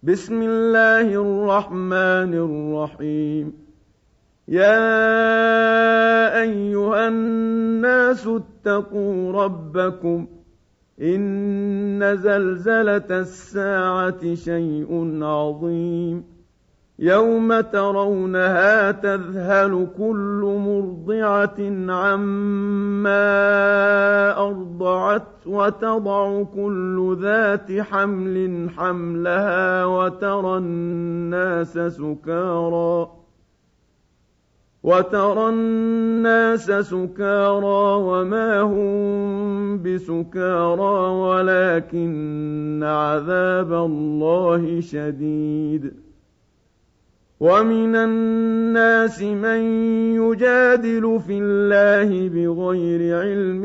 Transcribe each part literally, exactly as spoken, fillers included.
بسم الله الرحمن الرحيم. يا أيها الناس اتقوا ربكم إن زلزلة الساعة شيء عظيم يوم ترونها تذهل كل مرضعة عما أرضعت وتضع كل ذات حمل حملها وترى الناس سكارى وترى الناس سكارى وما هم بسكارى ولكن عذاب الله شديد. ومن الناس من يجادل في الله بغير علم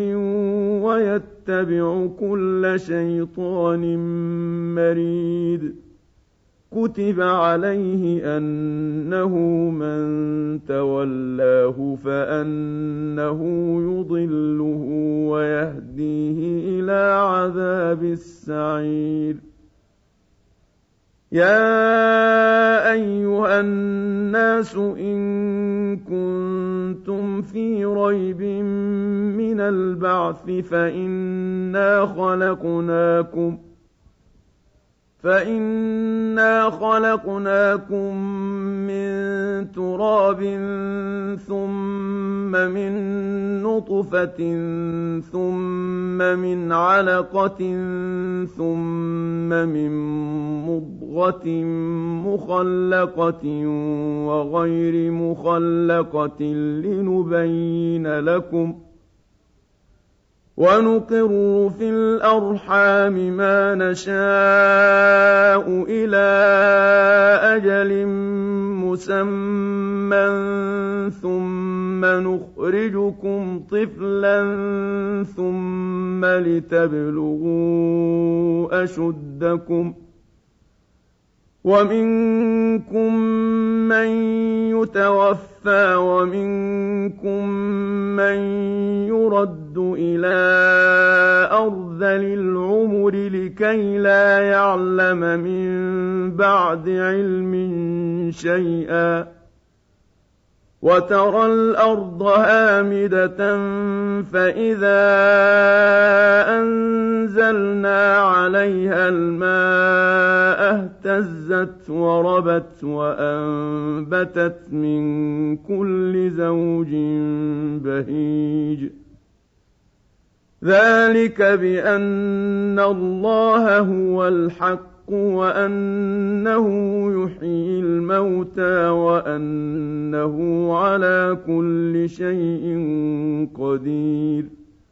ويتبع كل شيطان مريد. كتب عليه أنه من تولاه فأنه يضله ويهديه إلى عذاب السعير. يا أيها الناس إن كنتم في ريب من البعث فإنا خلقناكم فإنا خلقناكم من تراب ثم من نطفة ثم من علقة ثم من مضغة مخلقة وغير مخلقة لنبين لكم ونقر في الأرحام ما نشاء إلى أجل مسمى ثم نخرجكم طفلا ثم لتبلغوا أشدكم ومنكم من يتوفى ومنكم من يرد إلى أرذل العمر لكي لا يعلم من بعد علم شيئا. وترى الأرض هامدة فإذا أنزلنا عليها الماء اهتزت وربت وأنبتت من كل زوج بهيج. ذلك بأن الله هو الحق وأنه يحيي الموتى وأنه على كل شيء قدير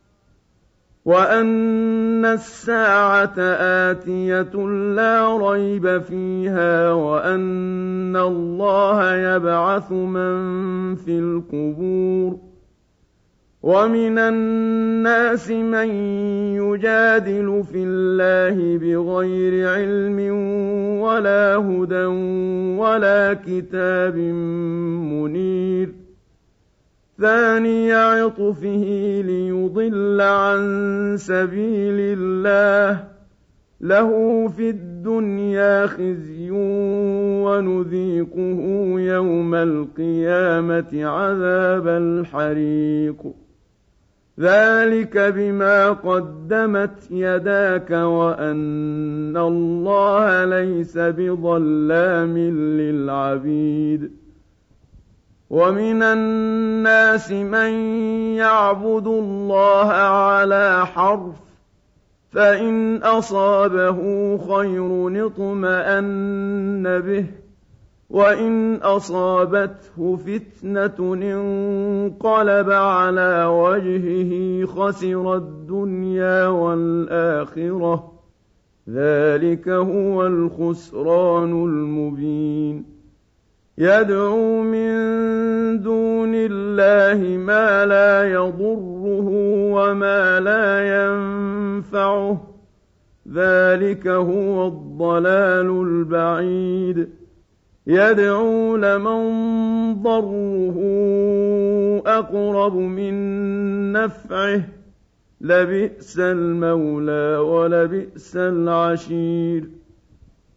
وأن الساعة آتية لا ريب فيها وأن الله يبعث من في القبور. ومن الناس من يجادل في الله بغير علم ولا هدى ولا كتاب منير. ثاني عطفه ليضل عن سبيل الله له في الدنيا خزي ونذيقه يوم القيامة عذاب الحريق. ذلك بما قدمت يداك وأن الله ليس بظلام للعبيد. ومن الناس من يعبد الله على حرف فإن أصابه خير اطمأن به وإن أصابته فتنة انقلب على وجهه خسر الدنيا والآخرة. ذلك هو الخسران المبين. يدعو من دون الله ما لا يضره وما لا ينفعه ذلك هو الضلال البعيد. يدعو لمن ضره أقرب من نفعه لبئس المولى ولبئس العشير.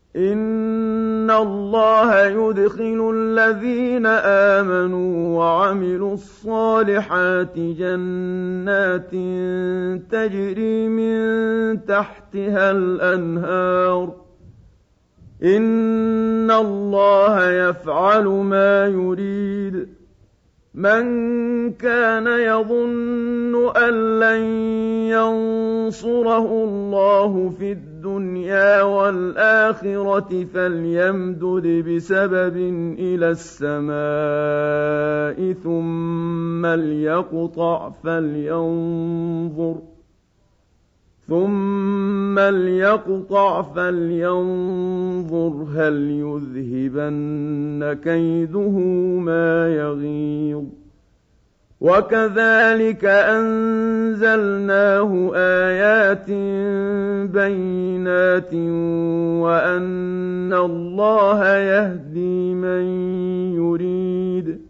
إِنَّ اللَّهَ يُدْخِلُ الَّذِينَ آمَنُوا وَعَمِلُوا الصَّالِحَاتِ جَنَّاتٍ تَجْرِي مِن تَحْتِهَا الْأَنْهَارُ ۚ إِنَّ اللَّهَ يَفْعَلُ مَا يُرِيدُ. مَن كَانَ يَظُنُّ أَن لَّن يَنصُرَهُ اللَّهُ فِي الدُّنْيَا وَالْآخِرَةِ فَلْيَمْدُدْ بِسَبَبٍ إِلَى السَّمَاءِ ثُمَّ لْيَقْطَعْ فَلْيَنظُرْ ثُمَّ لْيَقْطَعْ فَلْيَنظُرْ هَلْ يُذْهِبَنَّ كَيْدُهُ مَا يَغِيظُ. وَكَذَلِكَ أَنزَلْنَاهُ آيَاتٍ بَيِّنَاتٍ وَأَنَّ اللَّهَ يَهْدِي مَن يُرِيدُ.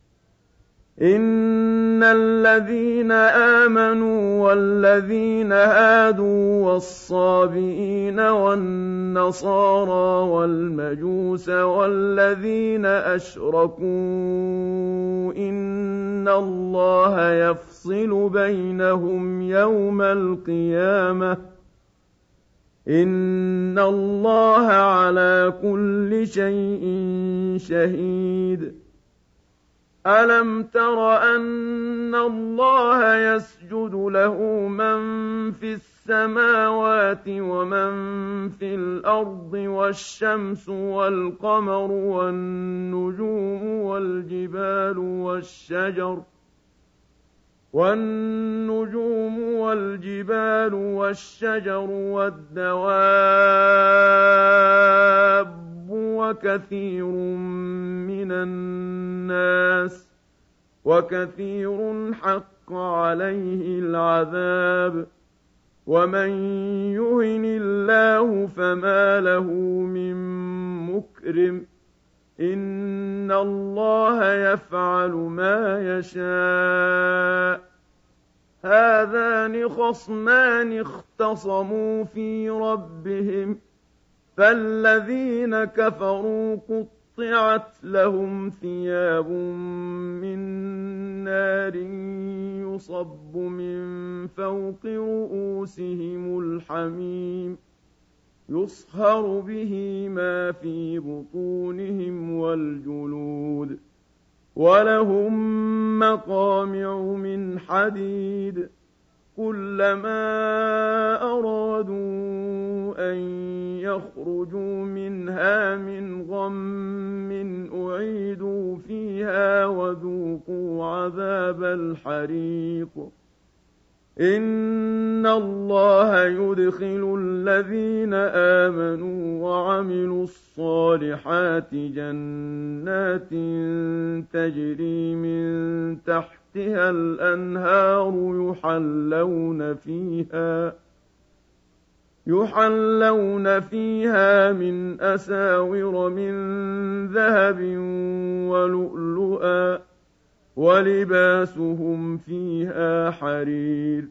إِنَّ الَّذِينَ آمَنُوا وَالَّذِينَ هَادُوا وَالصَّابِئِينَ وَالنَّصَارَىٰ وَالْمَجُوسَ وَالَّذِينَ أَشْرَكُوا إِنَّ اللَّهَ يَفْصِلُ بَيْنَهُمْ يَوْمَ الْقِيَامَةِ ۚ إِنَّ اللَّهَ عَلَىٰ كُلِّ شَيْءٍ شَهِيدٌ. أَلَمْ تَرَ أَنَّ اللَّهَ يَسْجُدُ لَهُ مَن فِي السَّمَاوَاتِ وَمَن فِي الْأَرْضِ وَالشَّمْسُ وَالْقَمَرُ وَالنُّجُومُ وَالْجِبَالُ وَالشَّجَرُ وَالنُّجُومُ وَالْجِبَالُ وَالشَّجَرُ وَالدَّوَابُّ وَكَثِيرٌ مِّنَ النَّاسِ وَكَثِيرٌ حَقَّ عَلَيْهِ الْعَذَابُ. وَمَن يُهِنِ اللَّهُ فَمَا لَهُ مِن مُّكْرِمٍ. إِنَّ اللَّهَ يَفْعَلُ مَا يَشَاءُ. هَٰذَانِ خَصْمَانِ اخْتَصَمُوا فِي رَبِّهِمْ فَالَّذِينَ كَفَرُوا قُطِّعَتْ لَهُمْ ثِيَابٌ مِّن نَّارٍ يُصَبُّ مِن فَوْقِ رُءُوسِهِمُ الْحَمِيمُ يُصْهَرُ بِهِ مَا فِي بُطُونِهِمْ وَالْجُلُودُ. وَلَهُم مَّقَامِعُ مِنْ حَدِيدٍ كُلَّمَا أَرَادُوا أَن يَخْرُجُوا مِنْهَا مِنْ غَمٍّ أُعِيدُوا فِيهَا وَذُوقُوا عَذَابَ الْحَرِيقِ. إِنَّ اللَّهَ يُدْخِلُ الَّذِينَ آمَنُوا وَعَمِلُوا الصَّالِحَاتِ جَنَّاتٍ تَجْرِي مِن تَحْتِهَا الْأَنْهَارُ يُحَلَّوْنَ فِيهَا يُحَلَّوْنَ فِيهَا مِنْ أَسَاوِرَ مِن ذَهَبٍ وَلُؤْلُؤًا وَلِبَاسُهُمْ فِيهَا حَرِيرٌ.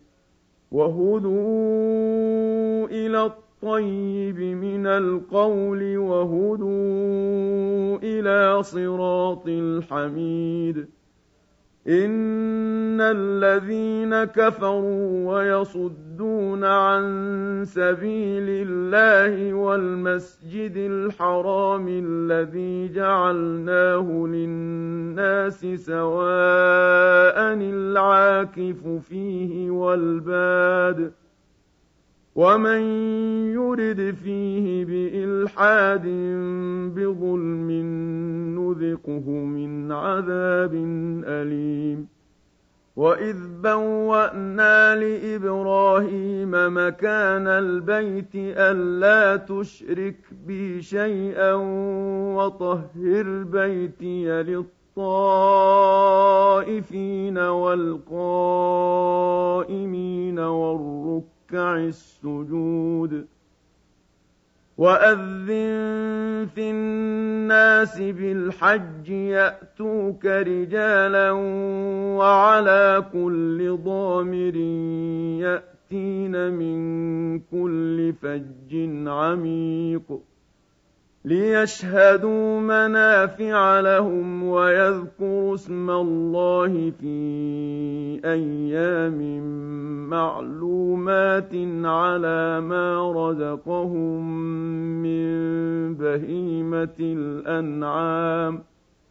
وَهُدُوا إِلَى الطَّيِّبِ مِنَ الْقَوْلِ وَهُدُوا إِلَىٰ صِرَاطِ الْحَمِيدِ. إِنَّ الَّذِينَ كَفَرُوا وَيَصُدُّونَ عَن سَبِيلِ اللَّهِ وَالْمَسْجِدِ الْحَرَامِ الَّذِي جَعَلْنَاهُ لِلنَّاسِ سَوَاءً الْعَاكِفُ فِيهِ وَالْبَادِ وَمَن يُرِدْ فِيهِ بِإِلْحَادٍ بِظُلْمٍ نُّذِقْهُ مِنْ عَذَابٍ أَلِيمٍ. وَإِذْ بَوَّأْنَا لِإِبْرَاهِيمَ مَكَانَ الْبَيْتِ أَلَّا تُشْرِكْ بِي شَيْئًا وَطَهِّرْ بَيْتِيَ لِلطَّائِفِينَ وَالْقَائِمِينَ وَالرُّكَّعِ السُّجُودِ. وَأَذِّن فِي النَّاسِ بِالْحَجِّ يَأْتُوكَ رِجَالًا وَعَلَىٰ كُلِّ ضَامِرٍ يَأْتِينَ مِن كُلِّ فَجٍّ عَمِيقٍ ليشهدوا منافع لهم ويذكروا اسم الله في أيام معلومات على ما رزقهم من بهيمة الأنعام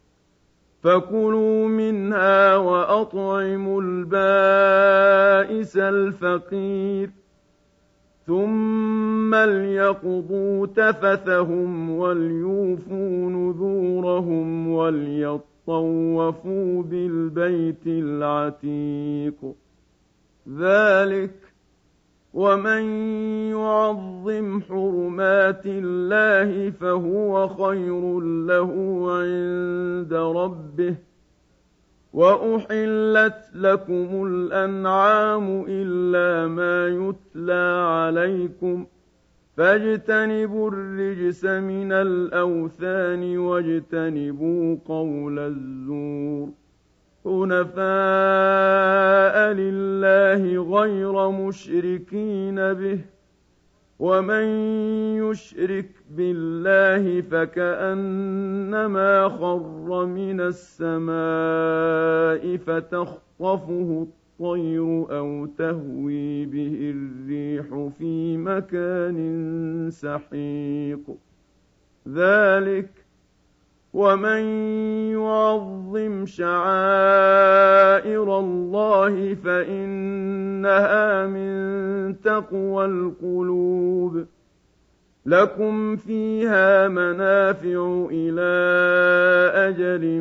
فكلوا منها وأطعموا البائس الفقير ثم ليقضوا تفثهم وليوفوا نذورهم وليطوفوا بالبيت العتيق ذلك ومن يعظم حرمات الله فهو خير له عند ربه وأحلت لكم الأنعام إلا ما يتلى عليكم فاجتنبوا الرجس من الأوثان واجتنبوا قول الزور حنفاء لله غير مشركين به ومن يشرك بالله فكأنما خر من السماء فتخطفه الطير أو تهوي به الريح في مكان سحيق ذلك ومن يعظم شعائر الله فإنها من تقوى القلوب لكم فيها منافع إلى أجل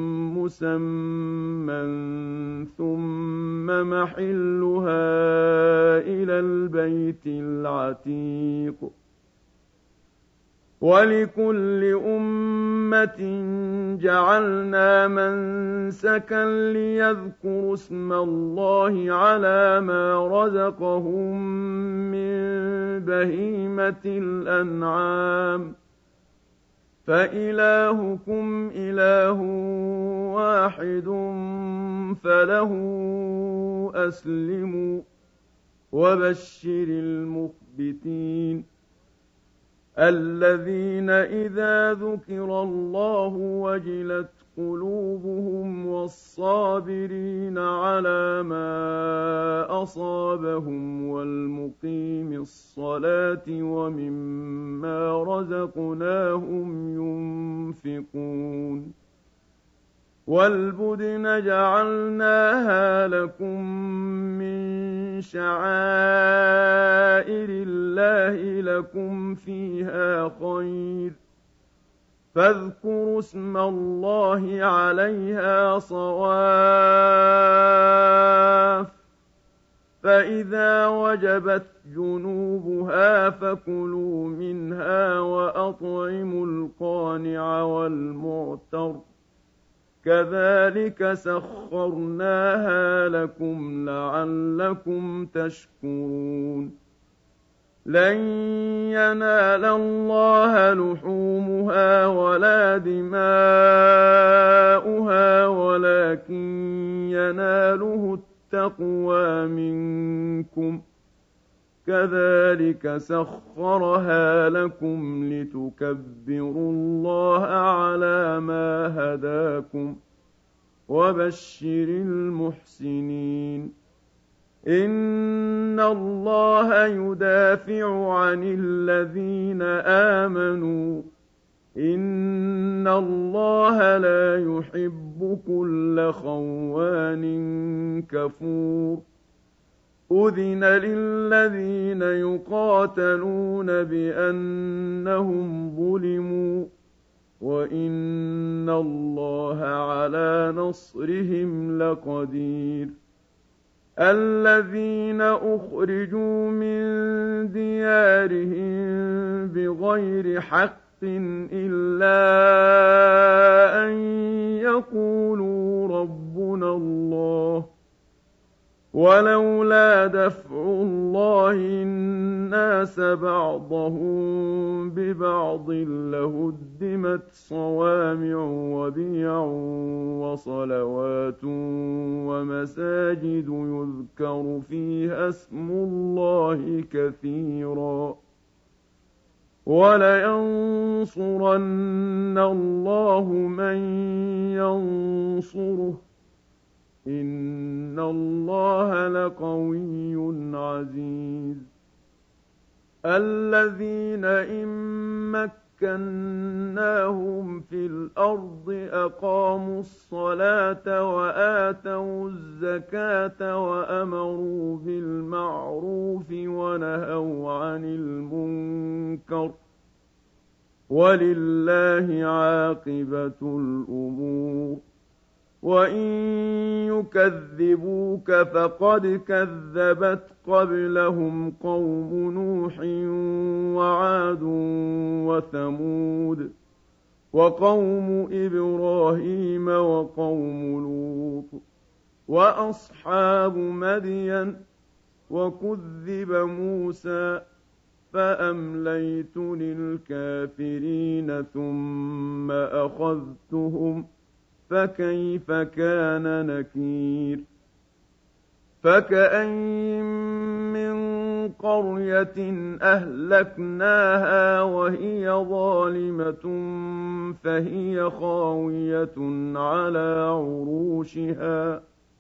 مسمى ثم محلها إلى البيت العتيق ولكل أمة جعلنا منسكا ليذكروا اسم الله على ما رزقهم من بهيمة الأنعام فإلهكم إله واحد فله أسلموا وبشر المخبتين الذين إذا ذكر الله وجلت قلوبهم والصابرين على ما أصابهم والمقيم الصلاة ومما رزقناهم ينفقون والبدن جعلناها لكم من شعائر الله لكم فيها خير فاذكروا اسم الله عليها صواف فإذا وجبت جنوبها فكلوا منها وأطعموا القانع والمعتر كذلك سخرناها لكم لعلكم تشكرون لن ينال الله لحومها ولا دماؤها ولكن يناله التقوى منكم كذلك سخرها لكم لتكبروا الله على ما هداكم وبشر المحسنين إن الله يدافع عن الذين آمنوا إن الله لا يحب كل خوان كفور أذن للذين يقاتلون بأنهم ظلموا وإن الله على نصرهم لقدير الذين أخرجوا من ديارهم بغير حق إلا أن يقولوا ربنا الله ولولا دفع الله الناس بعضهم ببعض لهدمت صوامع وبيع وصلوات ومساجد يذكر فيها اسم الله كثيرا وَلَيَنصُرَنَّ اللَّهُ مَن يَنصُرُهُ ۗ إِنَّ اللَّهَ لَقَوِيٌّ عَزِيزٌ. الَّذِينَ إِن مَّكَّنَّاهُمْ فِي الْأَرْضِ أَقَامُوا الصَّلَاةَ وَآتَوُا الزَّكَاةَ وَأَمَرُوا بِالْمَعْرُوفِ وَنَهَوْا عَنِ الْمُنكَرِ ۗ وَلِلَّهِ عَاقِبَةُ الْأُمُورِ. وَإِن يُكَذِّبُوكَ فَقَدْ كَذَّبَتْ قَبْلَهُمْ قَوْمُ نُوحٍ وَعَادٌ وَثَمُودُ وَقَوْمُ إِبْرَاهِيمَ وَقَوْمُ لُوطٍ وَأَصْحَابُ مَدْيَنَ. وَكُذِّبَ مُوسَىٰ فَأَمْلَيْتُ لِلْكَافِرِينَ ثُمَّ أَخَذْتُهُمْ فَكَيْفَ كَانَ نَكِيرِ. فَكَأَيِّن مِّن قَرْيَةٍ أَهْلَكْنَاهَا وَهِيَ ظَالِمَةٌ فَهِيَ خَاوِيَةٌ عَلَىٰ عُرُوشِهَا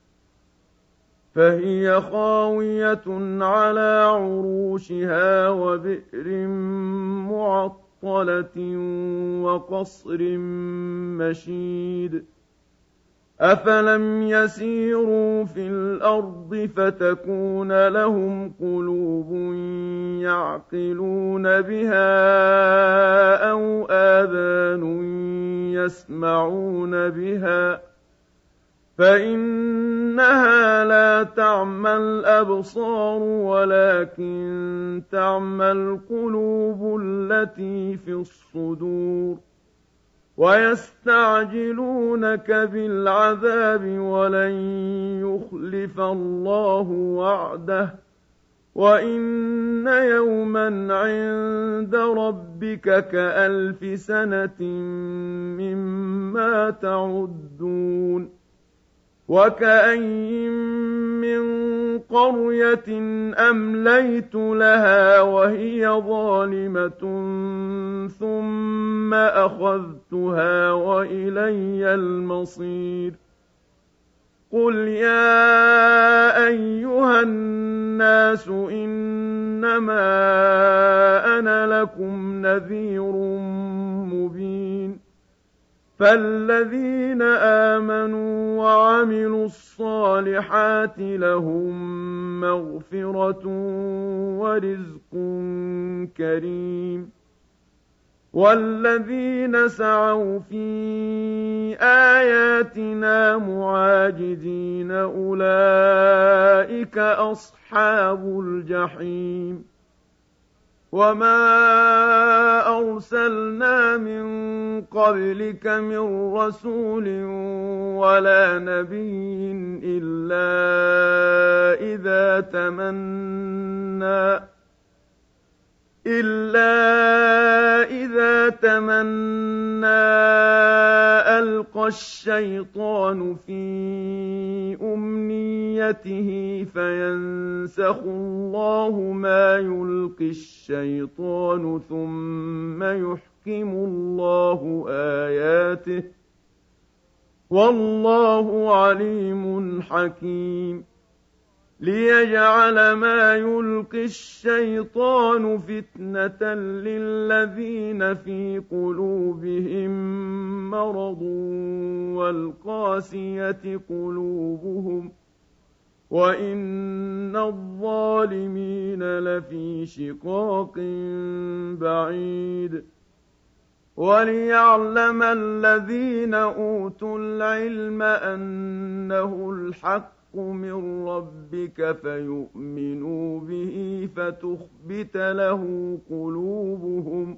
فهي خاوية على عروشها وبئر معطلة وقصر مشيد. أفلم يسيروا في الأرض فتكون لهم قلوب يعقلون بها أو آذان يسمعون بها فإنها لا تعمى الأبصار ولكن تعمى القلوب التي في الصدور. ويستعجلونك بالعذاب ولن يخلف الله وعده وإن يوما عند ربك كألف سنة مما تعدون. وكأين من قرية أمليت لها وهي ظالمة ثم أخذتها وإلي المصير. قل يا أيها الناس إنما أنا لكم نذير مبين. فالذين آمنوا وعملوا الصالحات لهم مغفرة ورزق كريم. والذين سعوا في آياتنا معاجزين أولئك أصحاب الجحيم. وما أرسلنا من قبلك من رسول ولا نبي إلا إذا تمنى إلا إذا تمنى ألقى الشيطان في أمنيته فينسخ الله ما يلقي الشيطان ثم يحكم الله آياته والله عليم حكيم. ليجعل ما يلقي الشيطان فتنة للذين في قلوبهم مرض والقاسية قلوبهم وإن الظالمين لفي شقاق بعيد. وليعلم الذين أوتوا العلم أنه الحق من ربك فيؤمنوا به فتخبت له قلوبهم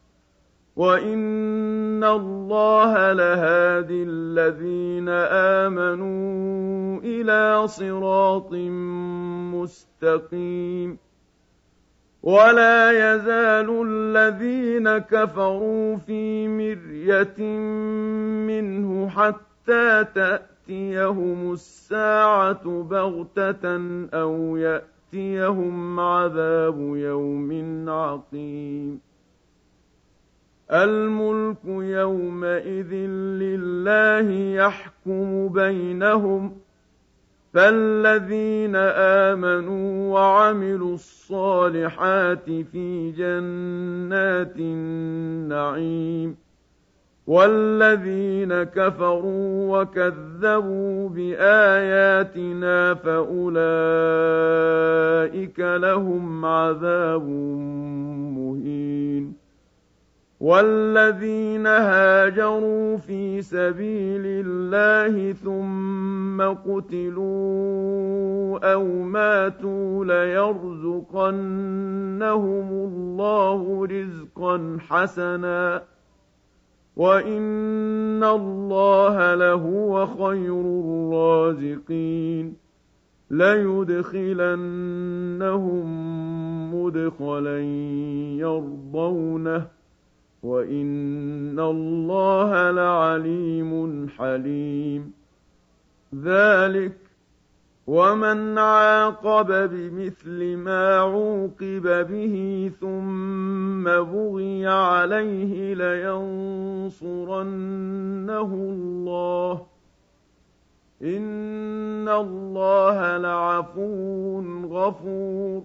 وإن الله لهادي الذين آمنوا إلى صراط مستقيم. ولا يزال الذين كفروا في مرية منه حتى تأتيهم الساعة بغتة أو يأتيهم عذاب يوم عقيم. الملك يومئذ لله يحكم بينهم فالذين آمنوا وعملوا الصالحات في جنات النعيم والذين كفروا وكذبوا بآياتنا فأولئك لهم عذاب مهين والذين هاجروا في سبيل الله ثم قتلوا أو ماتوا ليرزقنهم الله رزقا حسنا وإن الله لهو خير الرازقين ليدخلنهم مدخلا يرضونه وإن الله لعليم حليم ذلك ومن عاقب بمثل ما عوقب به ثم بغي عليه لينصرنه الله إن الله لعفو غفور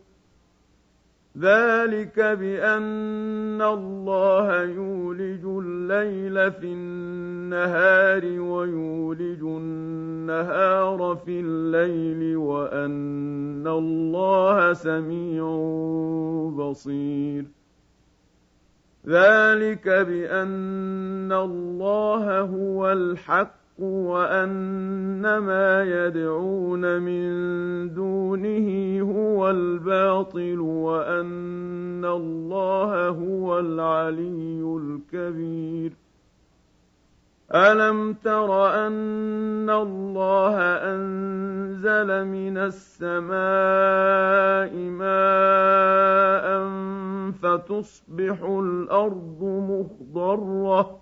ذلك بأن الله يولج الليل في النهار ويولج النهار في الليل وأن الله سميع بصير ذلك بأن الله هو الحق وأن ما يدعون من دونه هو الباطل وأن الله هو العلي الكبير ألم تر أن الله أنزل من السماء ماء فتصبح الأرض مخضرة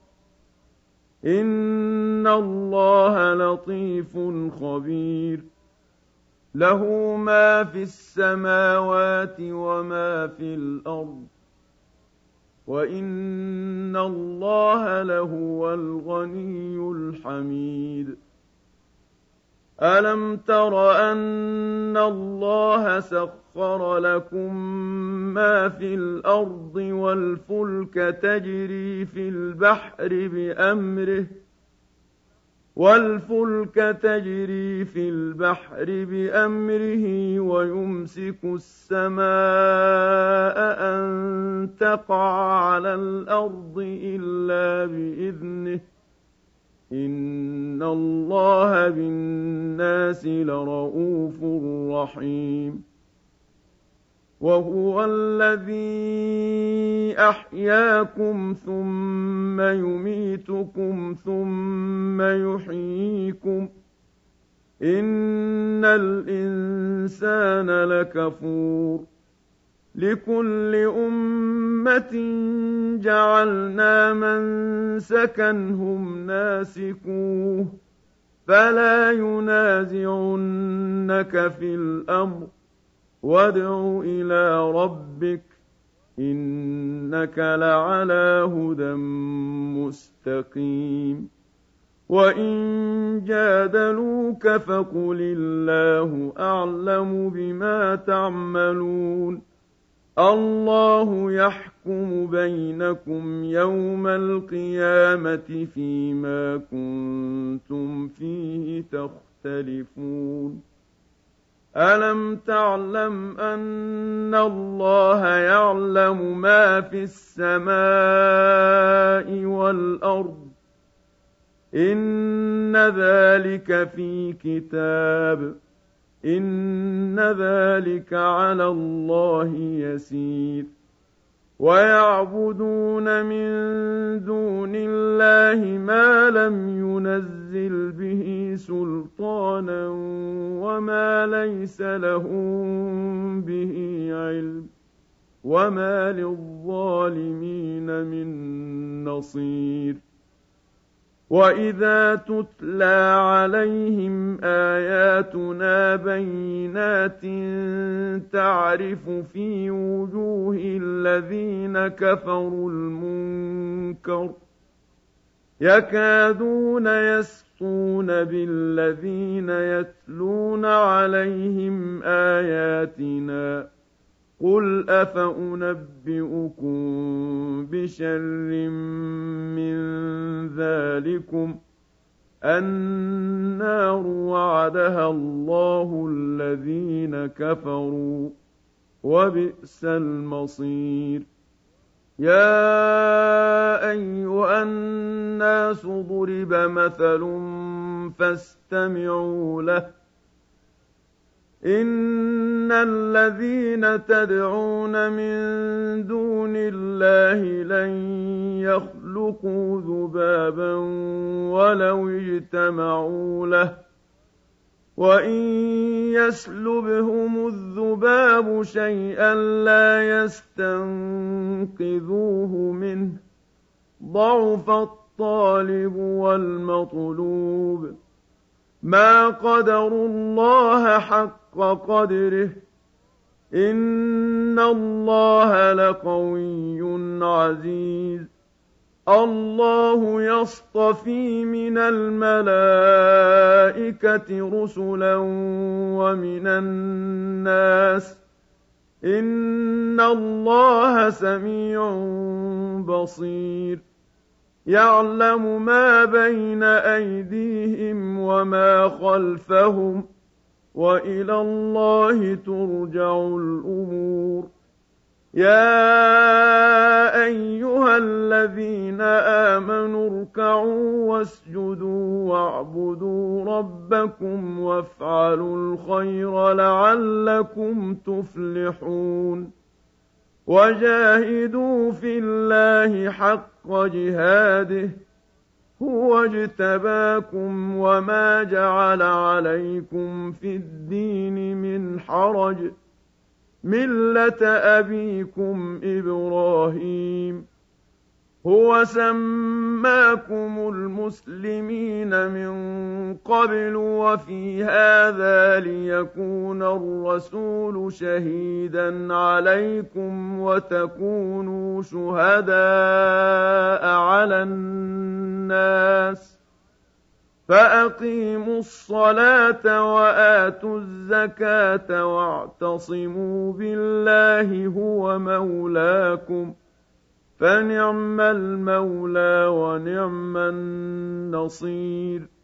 إن الله لطيف خبير له ما في السماوات وما في الأرض وإن الله لهو الغني الحميد ألم تر أن الله سخر لكم ما في الأرض والفلك تجري في البحر بأمره والفلك تجري في البحر بأمره ويمسك السماء أن تقع على الأرض إلا بإذنه إن الله بالناس لرءوف رحيم وهو الذي أحياكم ثم يميتكم ثم يحييكم إن الإنسان لكفور لكل أمة جعلنا منسكا هم ناسكوه فلا ينازعنك في الأمر وادع إلى ربك إنك لعلى هدى مستقيم وإن جادلوك فقل الله أعلم بما تعملون الله يحكم بينكم يوم القيامة فيما كنتم فيه تختلفون ألم تعلم أن الله يعلم ما في السماء والأرض إن ذلك في كتاب إن ذلك على الله يسير ويعبدون من دون الله ما لم ينزل به سلطانا وما ليس لهم به علم وما للظالمين من نصير وَإِذَا تُتْلَىٰ عَلَيْهِمْ آيَاتُنَا بَيِّنَاتٍ تَعْرِفُ فِي وُجُوهِ الَّذِينَ كَفَرُوا الْمُنكَرَ يَكَادُونَ يَسْطُونَ بِالَّذِينَ يَتْلُونَ عَلَيْهِمْ آيَاتِنَا قُلْ أَفَأُنَبِّئُكُم بِشَرٍّ مِّن ذَٰلِكُمُ النَّارُ وَعَدَهَا اللَّهُ الَّذِينَ كَفَرُوا ۖ وَبِئْسَ الْمَصِيرُ يَا أَيُّهَا النَّاسُ ضُرِبَ مَثَلٌ فَاسْتَمِعُوا لَهُ إِنَّ الَّذِينَ تَدْعُونَ مِن دُونِ اللَّهِ لَن يَخْلُقُوا ذُبَابًا وَلَوِ اجْتَمَعُوا لَهُ وَإِن يَسْلُبْهُمُ الذُّبَابُ شَيْئًا لَّا يَسْتَنقِذُوهُ مِنْهُ ضَعُفَ الطَّالِبُ وَالْمَطْلُوبُ مَا قَدَرُوا اللَّهَ حَقَّ قَدْرِهِ إِنَّ اللَّهَ لَقَوِيٌّ عَزِيزٌ اللَّهُ يَصْطَفِي مِنَ الْمَلَائِكَةِ رُسُلًا وَمِنَ النَّاسِ ۚ إِنَّ اللَّهَ سَمِيعٌ بَصِيرٌ يَعْلَمُ مَا بَيْنَ أَيْدِيهِمْ وَمَا خَلْفَهُمْ ۗ وَإِلَى اللَّهِ تُرْجَعُ الْأُمُورُ يَا أَيُّهَا الَّذِينَ آمَنُوا ارْكَعُوا وَاسْجُدُوا وَاعْبُدُوا رَبَّكُمْ وَافْعَلُوا الْخَيْرَ لَعَلَّكُمْ تُفْلِحُونَ وَجَاهِدُوا فِي اللَّهِ حَقَّ جِهَادِهِ هُوَ اجْتَبَاكُمْ وَمَا جَعَلَ عَلَيْكُمْ فِي الدِّينِ مِنْ حَرَجٍ ۚ مِّلَّةَ أَبِيكُمْ إِبْرَاهِيمَ هُوَ سَمَّاكُمُ الْمُسْلِمِينَ مِن قَبْلُ وَفِي هَٰذَا لِيَكُونَ الرَّسُولُ شَهِيدًا عَلَيْكُمْ وَتَكُونُوا شُهَدَاءَ عَلَى النَّاسِ ۚ فَأَقِيمُوا الصَّلَاةَ وَآتُوا الزَّكَاةَ وَاعْتَصِمُوا بِاللَّهِ هُوَ مَوْلَاكُمْ ۖ فَنِعْمَ الْمَوْلَىٰ وَنِعْمَ النَّصِيرُ